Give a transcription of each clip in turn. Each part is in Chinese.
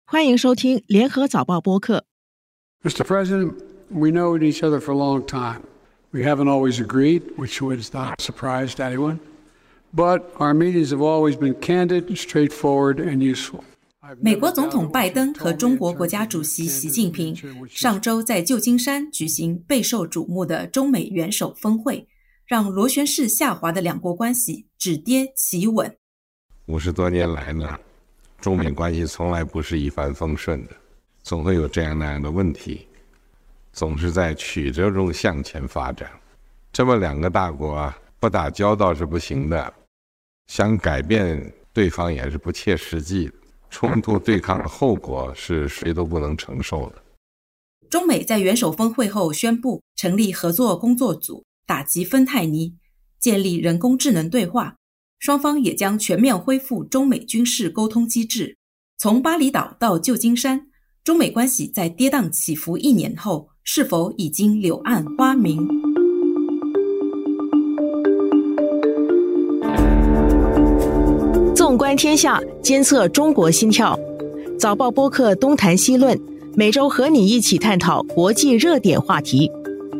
欢迎收听联合早报播客。 Mr. President, we know each other for a long time. We haven't always agreed, which has not surprised anyone. But our meetings have always been candid, straightforward, and useful. 美国总统拜登和中国国家主席习近平上周在旧金山举行备受瞩目的中美元首峰会，让螺旋式下滑的两国关系止跌企稳。 50多年来呢，中美关系从来不是一帆风顺的，总会有这样那样的问题，总是在曲折中向前发展。这么两个大国啊，不打交道是不行的，想改变对方也是不切实际的，冲突对抗的后果是谁都不能承受的。 中美在元首峰会后宣布成立合作工作组，打击芬太尼，建立人工智能对话，双方也将全面恢复中美军事沟通机制。从巴厘岛到旧金山，中美关系在跌宕起伏1年后，是否已经柳暗花明？ 纵观天下，监测中国心跳。早报播客东谈西论，每周和你一起探讨国际热点话题。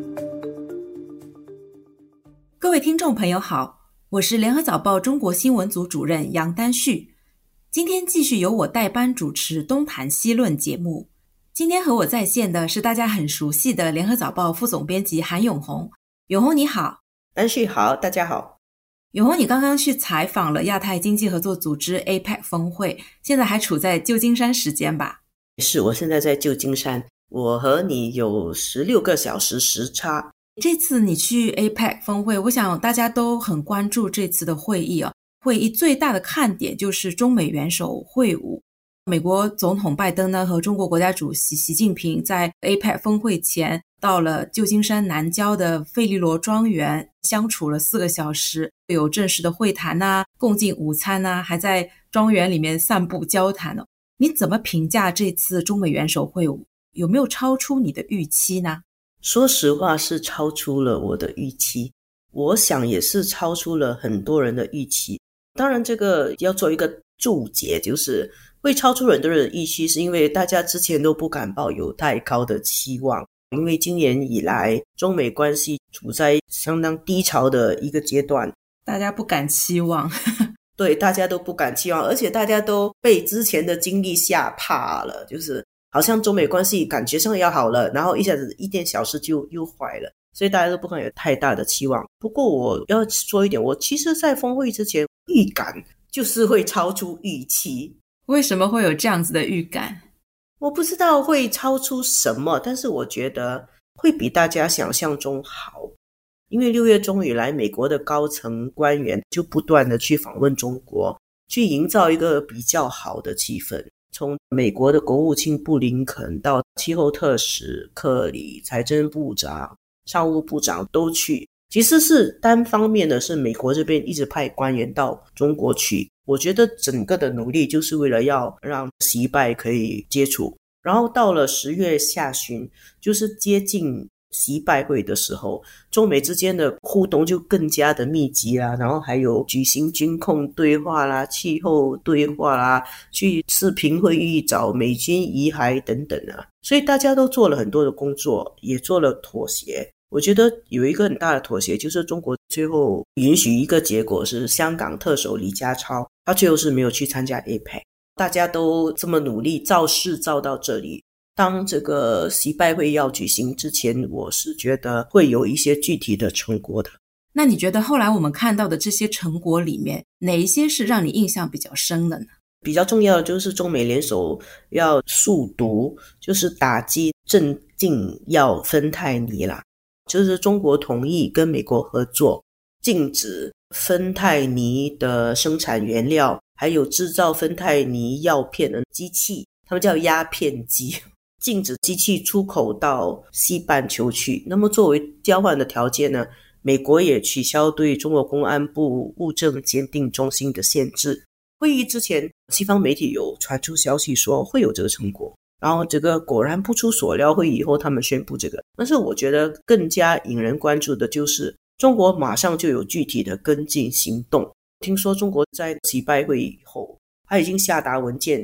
各位听众朋友好，我是联合早报中国新闻组主任杨丹旭。今天继续由我代班主持东谈西论节目。今天和我在线的是大家很熟悉的联合早报副总编辑韩永红。永红你好。 丹旭好，大家好。 永红，你刚刚去采访了亚太经济合作组织 APEC 峰会，现在还处在旧金山时间吧？ 是，我现在在旧金山，我和你有16个小时时差。 这次你去 APEC 峰会，我想大家都很关注这次的会议啊。会议最大的看点就是中美元首会晤。美国总统拜登呢和中国国家主席习近平在 APEC 峰会前到了旧金山南郊的费利罗庄园，相处了4个小时，有正式的会谈啊，共进午餐啊，还在庄园里面散步交谈哦。你怎么评价这次中美元首会晤？有没有超出你的预期呢？ 说实话是超出了我的预期，我想也是超出了很多人的预期。当然这个要做一个注解，就是会超出很多人的预期，是因为大家之前都不敢抱有太高的期望，因为今年以来中美关系处在相当低潮的一个阶段， 大家不敢期望对，大家都不敢期望，而且大家都被之前的经历吓怕了，就是好像中美关系感觉上要好了，然后一下子1点小时就又坏了，所以大家都不敢有太大的期望。不过我要说一点，我其实在峰会之前预感就是会超出预期。 为什么会有这样子的预感？ 我不知道会超出什么，但是我觉得会比大家想象中好。因为6月中以来，美国的高层官员就不断的去访问中国，去营造一个比较好的气氛。从美国的国务卿布林肯到气候特使克里、财政部长、商务部长都去，其实是单方面的，是美国这边一直派官员到中国去。我觉得整个的努力就是为了要让习拜可以接触，然后到了10月下旬，就是接近习拜会的时候，中美之间的互动就更加的密集啦，然后还有举行军控对话啦、气候对话啦，去视频会议找美军遗骸等等啊，所以大家都做了很多的工作，也做了妥协。我觉得有一个很大的妥协，就是中国最后允许一个结果，是香港特首李家超，他最后是没有去参加 APEC。 大家都这么努力造势造到这里，当这个习拜会要举行之前，我是觉得会有一些具体的成果的。 那你觉得后来我们看到的这些成果里面，哪一些是让你印象比较深的呢？ 比较重要的就是中美联手要速读，就是打击镇静药芬太尼啦，就是中国同意跟美国合作，禁止芬太尼的生产原料，还有制造芬太尼药片的机器，他们叫鸦片机，禁止机器出口到西半球去。那么作为交换的条件呢，美国也取消对中国公安部物证鉴定中心的限制。会议之前，西方媒体有传出消息说会有这个成果，然后这个果然不出所料，会议以后他们宣布这个。但是我觉得更加引人关注的就是中国马上就有具体的跟进行动。听说中国在习拜会以后，他已经下达文件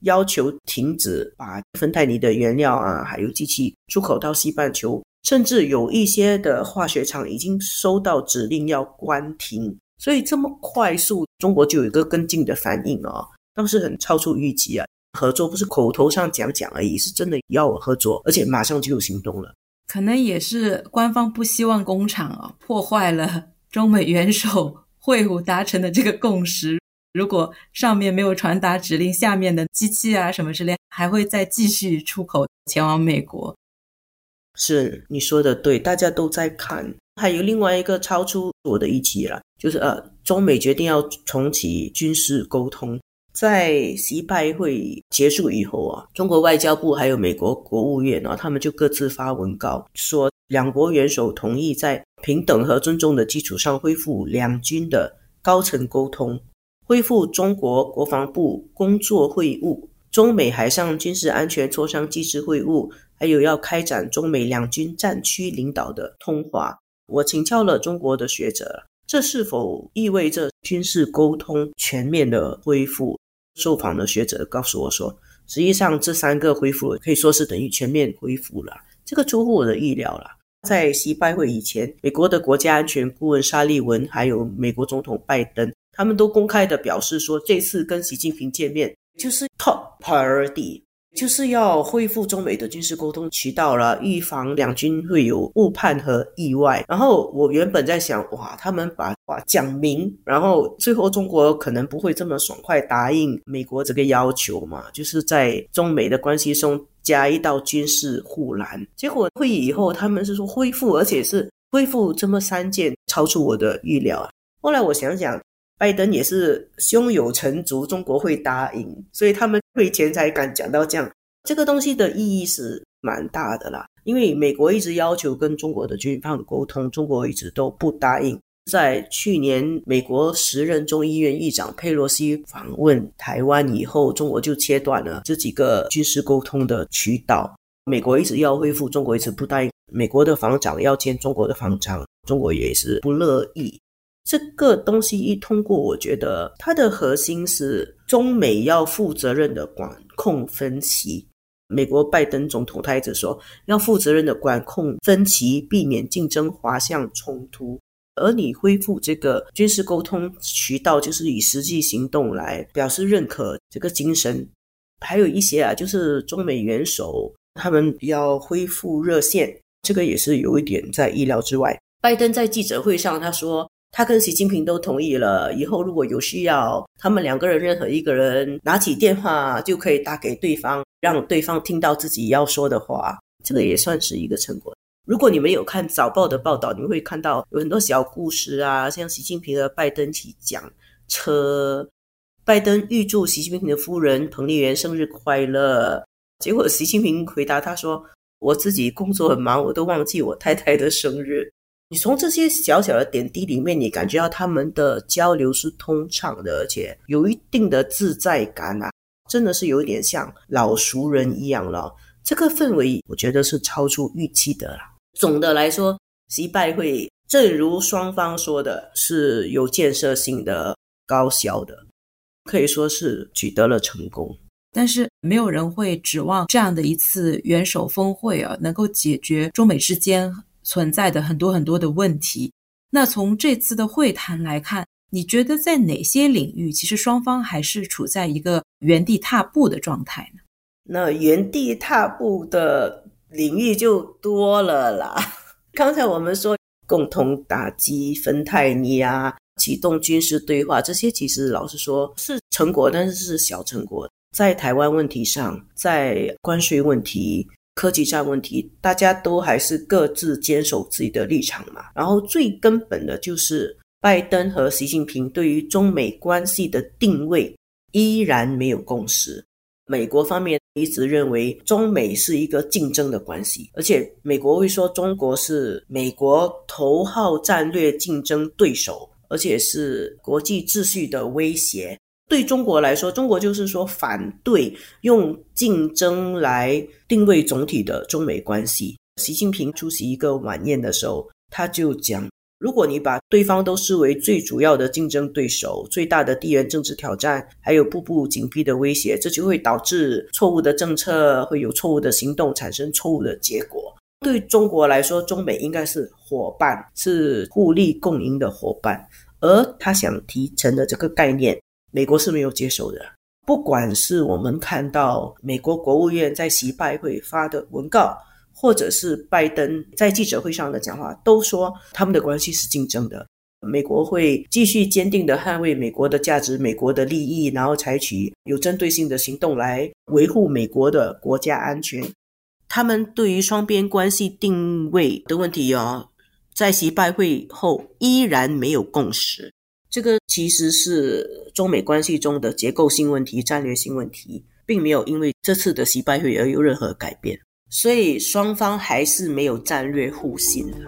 要求停止把芬太尼的原料啊，还有机器出口到西半球，甚至有一些的化学厂已经收到指令要关停。所以这么快速，中国就有一个跟进的反应哦，当时很超出预期啊。合作不是口头上讲讲而已，是真的要合作，而且马上就有行动了。 可能也是官方不希望工厂破坏了中美元首会晤达成的这个共识，如果上面没有传达指令，下面的机器啊什么之类还会再继续出口前往美国。 是，你说的对，大家都在看。还有另外一个超出我的预期了，就是中美决定要重启军事沟通。在习拜会结束以后啊，中国外交部还有美国国务院他们就各自发文告说，两国元首同意在平等和尊重的基础上恢复两军的高层沟通，恢复中国国防部工作会晤，中美海上军事安全磋商机制会晤，还有要开展中美两军战区领导的通话。我请教了中国的学者，这是否意味着军事沟通全面的恢复？受访的学者告诉我说，实际上这3个恢复可以说是等于全面恢复了，这个出乎我的意料了。在习拜会以前，美国的国家安全顾问沙利文还有美国总统拜登，他们都公开的表示说，这次跟习近平见面就是 top priority， 就是要恢复中美的军事沟通渠道了，预防两军会有误判和意外。然后我原本在想，哇，他们把话讲明，然后最后中国可能不会这么爽快答应美国这个要求嘛，就是在中美的关系中加一道军事护栏。结果会议以后他们是说恢复，而且是恢复这么3件，超出我的预料。后来我想想，拜登也是胸有成竹，中国会答应，所以他们会前才敢讲到这样。这个东西的意义是蛮大的啦，因为美国一直要求跟中国的军方沟通，中国一直都不答应。在去年美国10任众议院议长佩洛西访问台湾以后，中国就切断了这几个军事沟通的渠道。美国一直要恢复，中国一直不答应。美国的防长要见中国的防长，中国也是不乐意。这个东西一通过，我觉得它的核心是中美要负责任的管控分歧。美国拜登总统他一直说要负责任的管控分歧，避免竞争滑向冲突。而你恢复这个军事沟通渠道，就是以实际行动来表示认可这个精神。还有一些就是中美元首他们要恢复热线，这个也是有一点在意料之外。拜登在记者会上他说，他跟习近平都同意了，以后如果有需要，他们2个人任何一个人拿起电话就可以打给对方，让对方听到自己要说的话，这个也算是一个成果。如果你们有看早报的报道，你们会看到有很多小故事啊，像习近平和拜登一起讲车，拜登预祝习近平的夫人彭丽媛生日快乐，结果习近平回答他说，我自己工作很忙，我都忘记我太太的生日。你从这些小小的点滴里面，你感觉到他们的交流是通畅的，而且有一定的自在感啊，真的是有点像老熟人一样了。这个氛围我觉得是超出预期的啦。总的来说，习拜会正如双方说的，是有建设性的、高效的，可以说是取得了成功。 但是没有人会指望这样的一次元首峰会能够解决中美之间存在的很多很多的问题。那从这次的会谈来看，你觉得在哪些领域其实双方还是处在一个原地踏步的状态呢？ 那原地踏步的领域就多了啦。刚才我们说共同打击芬太尼啊，启动军事对话，这些其实老实说是成果，但是是小成果。在台湾问题上，在关税问题、科技战问题，大家都还是各自坚守自己的立场嘛。然后最根本的就是拜登和习近平对于中美关系的定位依然没有共识。美国方面一直认为中美是一个竞争的关系，而且美国会说中国是美国头号战略竞争对手，而且是国际秩序的威胁。对中国来说，中国就是说反对用竞争来定位总体的中美关系。习近平出席一个晚宴的时候，他就讲如果你把对方都视为最主要的竞争对手、最大的地缘政治挑战，还有步步紧逼的威胁，这就会导致错误的政策，会有错误的行动，产生错误的结果。对中国来说，中美应该是伙伴，是互利共赢的伙伴，而他想提成的这个概念，美国是没有接受的。不管是我们看到美国国务院在习拜会发的文告，或者是拜登在记者会上的讲话，都说他们的关系是竞争的。美国会继续坚定地捍卫美国的价值、美国的利益，然后采取有针对性的行动来维护美国的国家安全。他们对于双边关系定位的问题在习拜会后依然没有共识。这个其实是中美关系中的结构性问题、战略性问题，并没有因为这次的习拜会而有任何改变。所以双方还是没有战略互信的。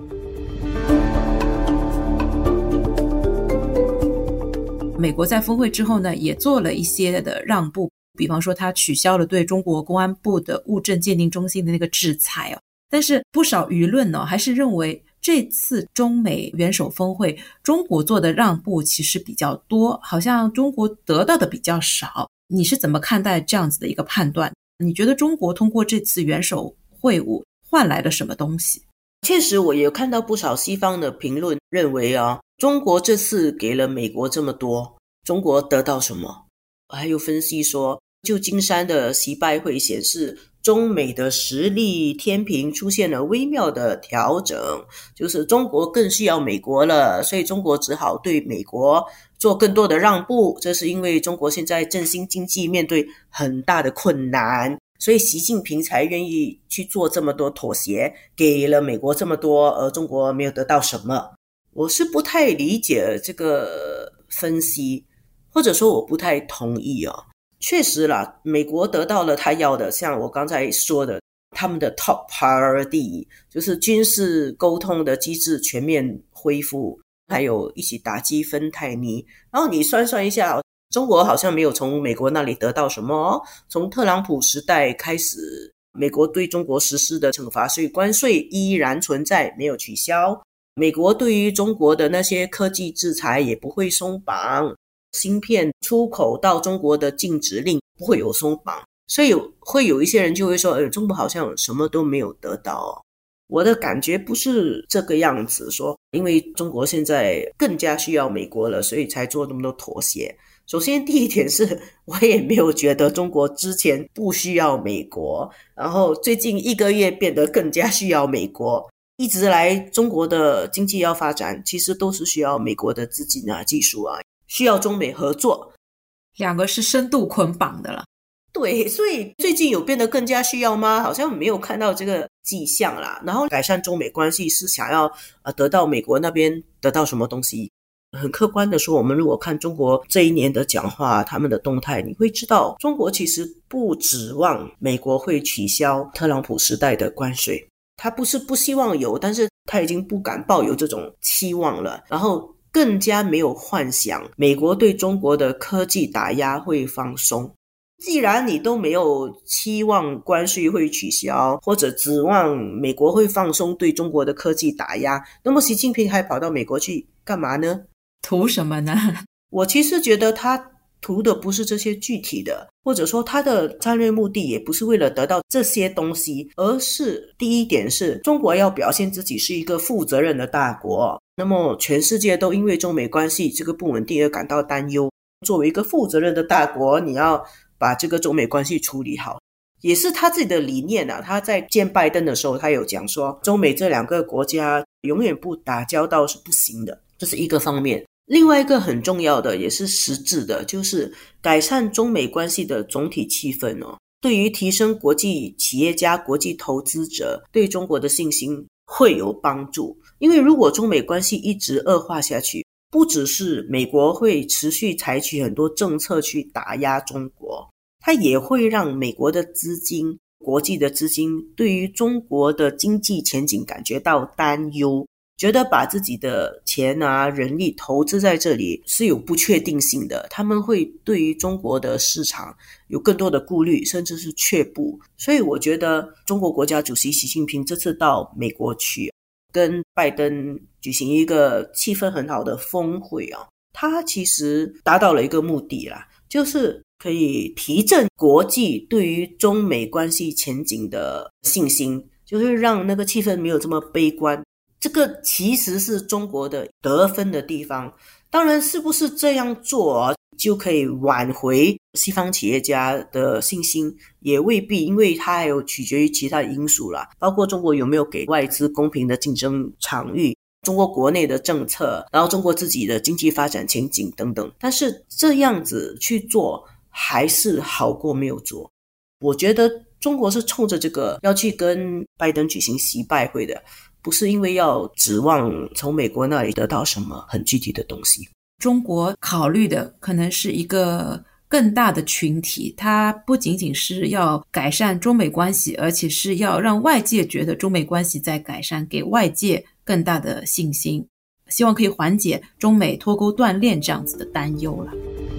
美国在峰会之后呢，也做了一些的让步，比方说他取消了对中国公安部的物证鉴定中心的那个制裁但是不少舆论还是认为这次中美元首峰会中国做的让步其实比较多，好像中国得到的比较少。你是怎么看待这样子的一个判断？你觉得中国通过这次元首会晤换来了什么东西？ 确实我也有看到不少西方的评论认为中国这次给了美国这么多，中国得到什么？还有分析说，旧金山的习拜会显示中美的实力天平出现了微妙的调整，就是中国更需要美国了，所以中国只好对美国做更多的让步。这是因为中国现在振兴经济面对很大的困难，所以习近平才愿意去做这么多妥协，给了美国这么多，而中国没有得到什么。我是不太理解这个分析，或者说我不太同意确实啦，美国得到了他要的，像我刚才说的，他们的 top priority 就是军事沟通的机制全面恢复，还有一起打击芬太尼。然后你算算一下，中国好像没有从美国那里得到什么从特朗普时代开始，美国对中国实施的惩罚税关税依然存在，没有取消。美国对于中国的那些科技制裁也不会松绑，芯片出口到中国的禁止令不会有松绑，所以会有一些人就会说中国好像什么都没有得到我的感觉不是这个样子，说因为中国现在更加需要美国了，所以才做那么多妥协。首先第一点是我也没有觉得中国之前不需要美国，然后最近1个月变得更加需要美国。一直来中国的经济要发展其实都是需要美国的资金技术需要中美合作， 两个是深度捆绑的了。 对，所以最近有变得更加需要吗？好像没有看到这个迹象啦。然后改善中美关系是想要得到美国那边得到什么东西。很客观的说，我们如果看中国这一年的讲话，他们的动态，你会知道中国其实不指望美国会取消特朗普时代的关税，他不是不希望有，但是他已经不敢抱有这种期望了，然后更加没有幻想美国对中国的科技打压会放松。既然你都没有期望关税会取消，或者指望美国会放松对中国的科技打压，那么习近平还跑到美国去干嘛呢？ 图什么呢？ 我其实觉得他图的不是这些具体的，或者说他的战略目的也不是为了得到这些东西，而是第一点是中国要表现自己是一个负责任的大国，那么全世界都因为中美关系这个不稳定而感到担忧，作为一个负责任的大国，你要把这个中美关系处理好，也是他自己的理念他在见拜登的时候他有讲说，中美这两个国家永远不打交道是不行的，这是一个方面。另外一个很重要的也是实质的，就是改善中美关系的总体气氛对于提升国际企业家、国际投资者对中国的信心会有帮助。因为如果中美关系一直恶化下去，不只是美国会持续采取很多政策去打压中国，它也会让美国的资金、国际的资金对于中国的经济前景感觉到担忧，觉得把自己的钱人力投资在这里是有不确定性的，他们会对于中国的市场有更多的顾虑，甚至是却步。所以我觉得中国国家主席习近平这次到美国去， 跟拜登举行一个气氛很好的峰会啊，他其实达到了一个目的啦，就是可以提振国际对于中美关系前景的信心，就是让那个气氛没有这么悲观。这个其实是中国的得分的地方。当然是不是这样做就可以挽回西方企业家的信心，也未必，因为它还有取决于其他的因素啦，包括中国有没有给外资公平的竞争场域，中国国内的政策，然后中国自己的经济发展前景等等。但是这样子去做还是好过没有做。我觉得中国是冲着这个要去跟拜登举行习拜会的，不是因为要指望从美国那里得到什么很具体的东西。 中国考虑的可能是一个更大的群体，它不仅仅是要改善中美关系，而且是要让外界觉得中美关系在改善，给外界更大的信心，希望可以缓解中美脱钩断链这样子的担忧了。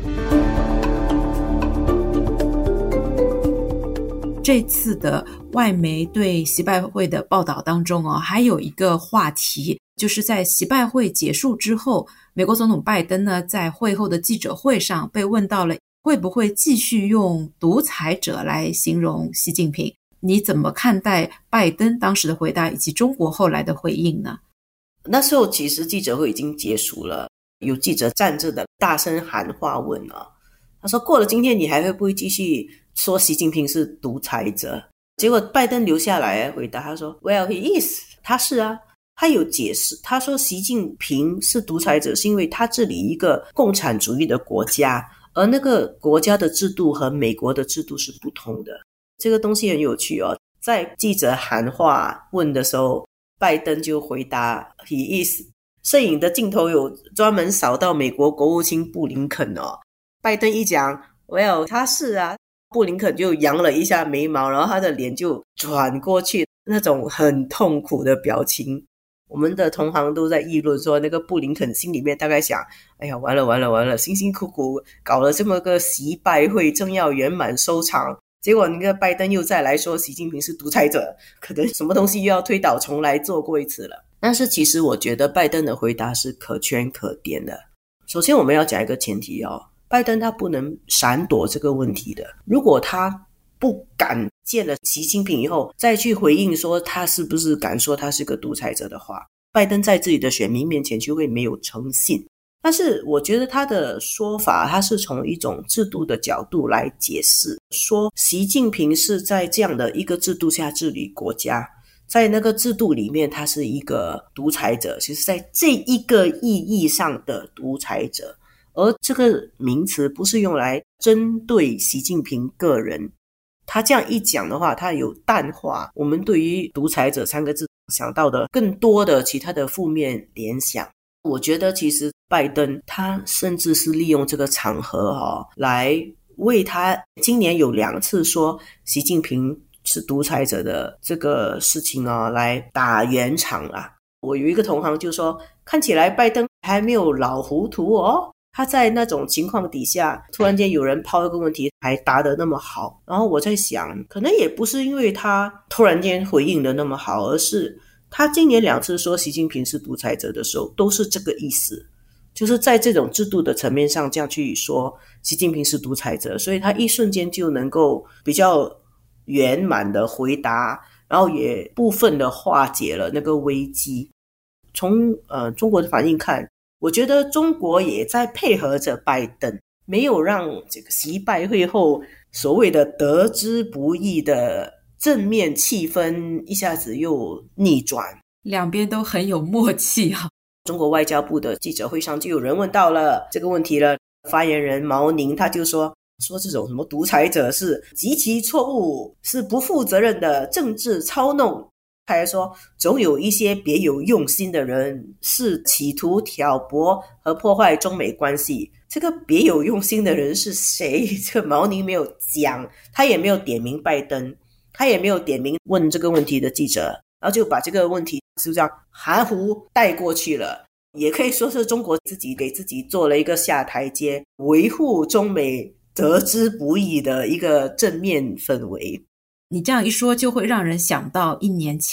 这次的外媒对习拜会的报道当中还有一个话题，就是在习拜会结束之后，美国总统拜登呢在会后的记者会上被问到了会不会继续用独裁者来形容习近平。你怎么看待拜登当时的回答以及中国后来的回应呢？ 那时候其实记者会已经结束了，有记者站着的大声喊话问他说过了今天你还会不会继续说习近平是独裁者？结果拜登留下来回答，他说 Well he is， 他是啊，他有解释，他说习近平是独裁者是因为他治理一个共产主义的国家，而那个国家的制度和美国的制度是不同的。这个东西很有趣在记者喊话问的时候，拜登就回答 he is， 摄影的镜头有专门扫到美国国务卿布林肯拜登一讲 Well 他是啊，布林肯就扬了一下眉毛，然后他的脸就转过去，那种很痛苦的表情。我们的同行都在议论说，那个布林肯心里面大概想，哎呀完了完了完了，辛辛苦苦搞了这么个习拜会，正要圆满收场，结果那个拜登又再来说习近平是独裁者，可能什么东西又要推倒重来做过一次了。但是其实我觉得拜登的回答是可圈可点的。首先我们要讲一个前提拜登他不能闪躲这个问题的。如果他不敢见了习近平以后再去回应说他是不是敢说他是个独裁者的话，拜登在自己的选民面前就会没有诚信。但是我觉得他的说法，他是从一种制度的角度来解释，说习近平是在这样的一个制度下治理国家，在那个制度里面他是一个独裁者，其实在这一个意义上的独裁者。而这个名词不是用来针对习近平个人，他这样一讲的话，他有淡化我们对于独裁者3个字想到的更多的其他的负面联想。我觉得其实拜登他甚至是利用这个场合来为他今年有2次说习近平是独裁者的这个事情来打圆场啦。我有一个同行就说，看起来拜登还没有老糊涂他在那种情况底下突然间有人抛一个问题还答得那么好，然后我在想可能也不是因为他突然间回应得那么好，而是他今年2次说习近平是独裁者的时候都是这个意思，就是在这种制度的层面上这样去说习近平是独裁者，所以他一瞬间就能够比较圆满的回答，然后也部分的化解了那个危机。从中国的反应看，我觉得中国也在配合着拜登，没有让这个习拜会后所谓的得之不易的正面气氛一下子又逆转。 两边都很有默契中国外交部的记者会上就有人问到了这个问题了，发言人毛宁他就说这种什么独裁者是极其错误，是不负责任的政治操弄。他还说总有一些别有用心的人是企图挑拨和破坏中美关系。这个别有用心的人是谁？这个毛宁没有讲，他也没有点名拜登，他也没有点名问这个问题的记者，然后就把这个问题就这样含糊带过去了。也可以说是中国自己给自己做了一个下台阶，维护中美得之不易的一个正面氛围。 你这样一说就会让人想到1年前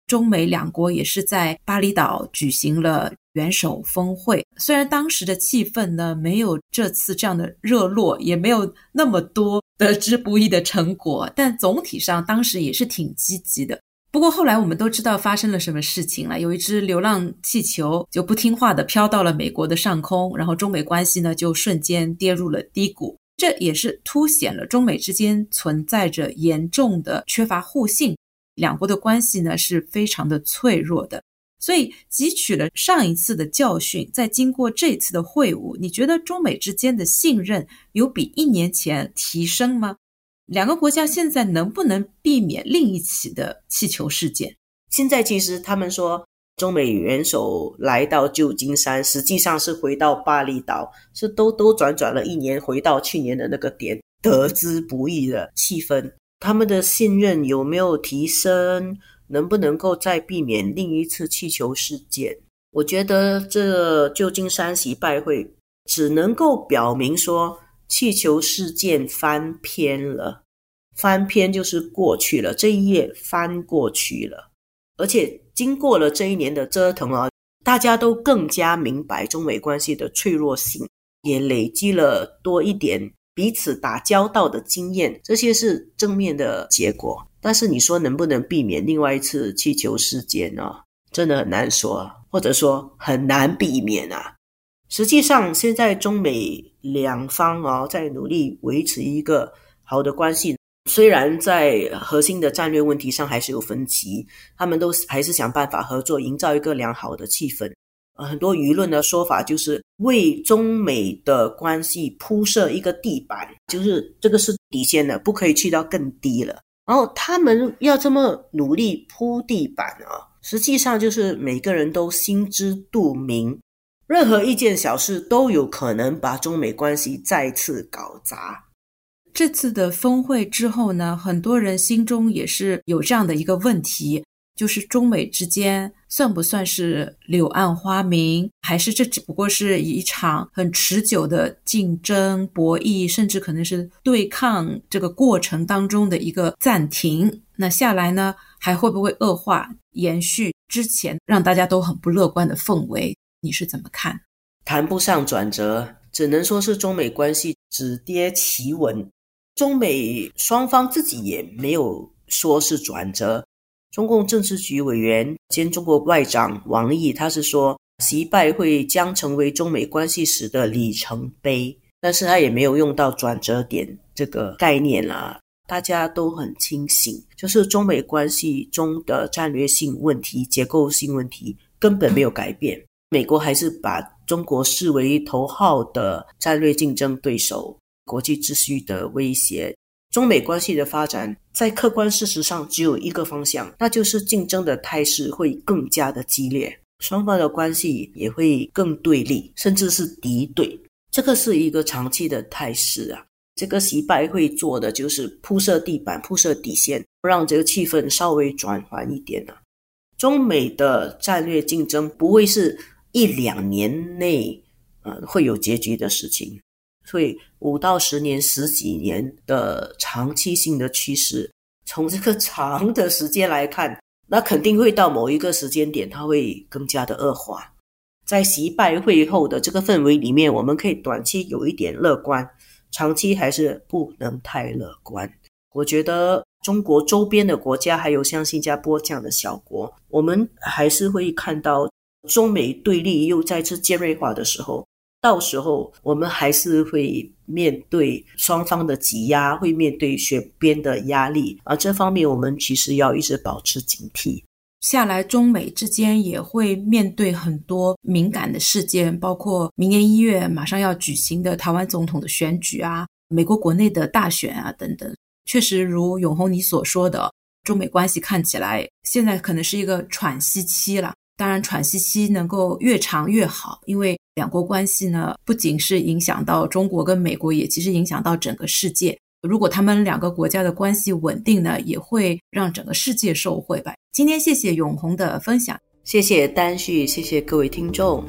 中美两国也是在巴厘岛举行了元首峰会，虽然当时的气氛呢没有这次这样的热络，也没有那么多得之不易的成果，但总体上当时也是挺积极的。不过后来我们都知道发生了什么事情了，有一只流浪气球就不听话的飘到了美国的上空，然后中美关系呢就瞬间跌入了低谷。这也是凸显了中美之间存在着严重的缺乏互信，两国的关系呢是非常的脆弱的。所以汲取了上一次的教训，再经过这次的会晤，你觉得中美之间的信任有比1年前提升吗？两个国家现在能不能避免另一起的气球事件？ 现在其实他们说中美元首来到旧金山，实际上是回到巴厘岛，是兜转了1年，回到去年的那个点，得之不易的气氛。他们的信任有没有提升？能不能够再避免另一次气球事件？我觉得这旧金山习拜会只能够表明说气球事件翻篇了，翻篇就是过去了，这一页翻过去了。而且经过了这1年的折腾啊，大家都更加明白中美关系的脆弱性，也累积了多一点彼此打交道的经验，这些是正面的结果。但是你说能不能避免另外一次气球事件呢？真的很难说，或者说很难避免啊。实际上现在中美两方在努力维持一个好的关系，虽然在核心的战略问题上还是有分歧，他们都还是想办法合作，营造一个良好的气氛。很多舆论的说法就是为中美的关系铺设一个地板，就是这个是底线了，不可以去到更低了。然后他们要这么努力铺地板实际上就是每个人都心知肚明，任何一件小事都有可能把中美关系再次搞砸。 这次的峰会之后呢，很多人心中也是有这样的一个问题，就是中美之间算不算是柳暗花明，还是这只不过是一场很持久的竞争博弈，甚至可能是对抗这个过程当中的一个暂停。那下来呢，还会不会恶化延续之前让大家都很不乐观的氛围？你是怎么看？ 谈不上转折，只能说是中美关系止跌企稳。中美双方自己也没有说是转折。中共政治局委员兼中国外长王毅他是说习拜会将成为中美关系史的里程碑，但是他也没有用到转折点这个概念啦。大家都很清醒，就是中美关系中的战略性问题、结构性问题根本没有改变，美国还是把中国视为头号的战略竞争对手，国际秩序的威胁。中美关系的发展在客观事实上只有一个方向，那就是竞争的态势会更加的激烈，双方的关系也会更对立，甚至是敌对。这个是一个长期的态势啊。这个习拜会做的就是铺设地板、铺设底线，让这个气氛稍微转缓一点啊。中美的战略竞争不会是1-2年内会有结局的事情，所以5到10年、10几年的长期性的趋势，从这个长的时间来看，那肯定会到某一个时间点它会更加的恶化。在习拜会后的这个氛围里面，我们可以短期有一点乐观，长期还是不能太乐观。我觉得中国周边的国家还有像新加坡这样的小国，我们还是会看到中美对立又再次尖锐化的时候，到时候我们还是会面对双方的挤压，会面对选边的压力这方面我们其实要一直保持警惕。 下来中美之间也会面对很多敏感的事件，包括明年1月马上要举行的台湾总统的选举啊，美国国内的大选啊等等。确实如永红你所说的，中美关系看起来现在可能是一个喘息期了。当然喘息期能够越长越好，因为两国关系呢不仅是影响到中国跟美国，也其实影响到整个世界。如果他们两个国家的关系稳定呢，也会让整个世界受惠吧。今天谢谢永红的分享， 谢谢丹旭，谢谢各位听众。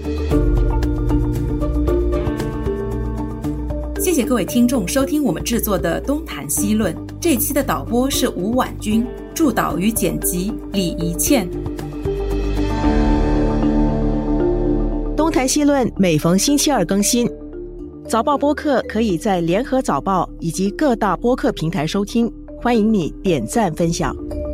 谢谢各位听众收听我们制作的东谈西论。这一期的导播是吴婉君， 助导与剪辑李怡倩。 东谈西论每逢星期二更新，早报播客可以在联合早报以及各大播客平台收听，欢迎你点赞分享。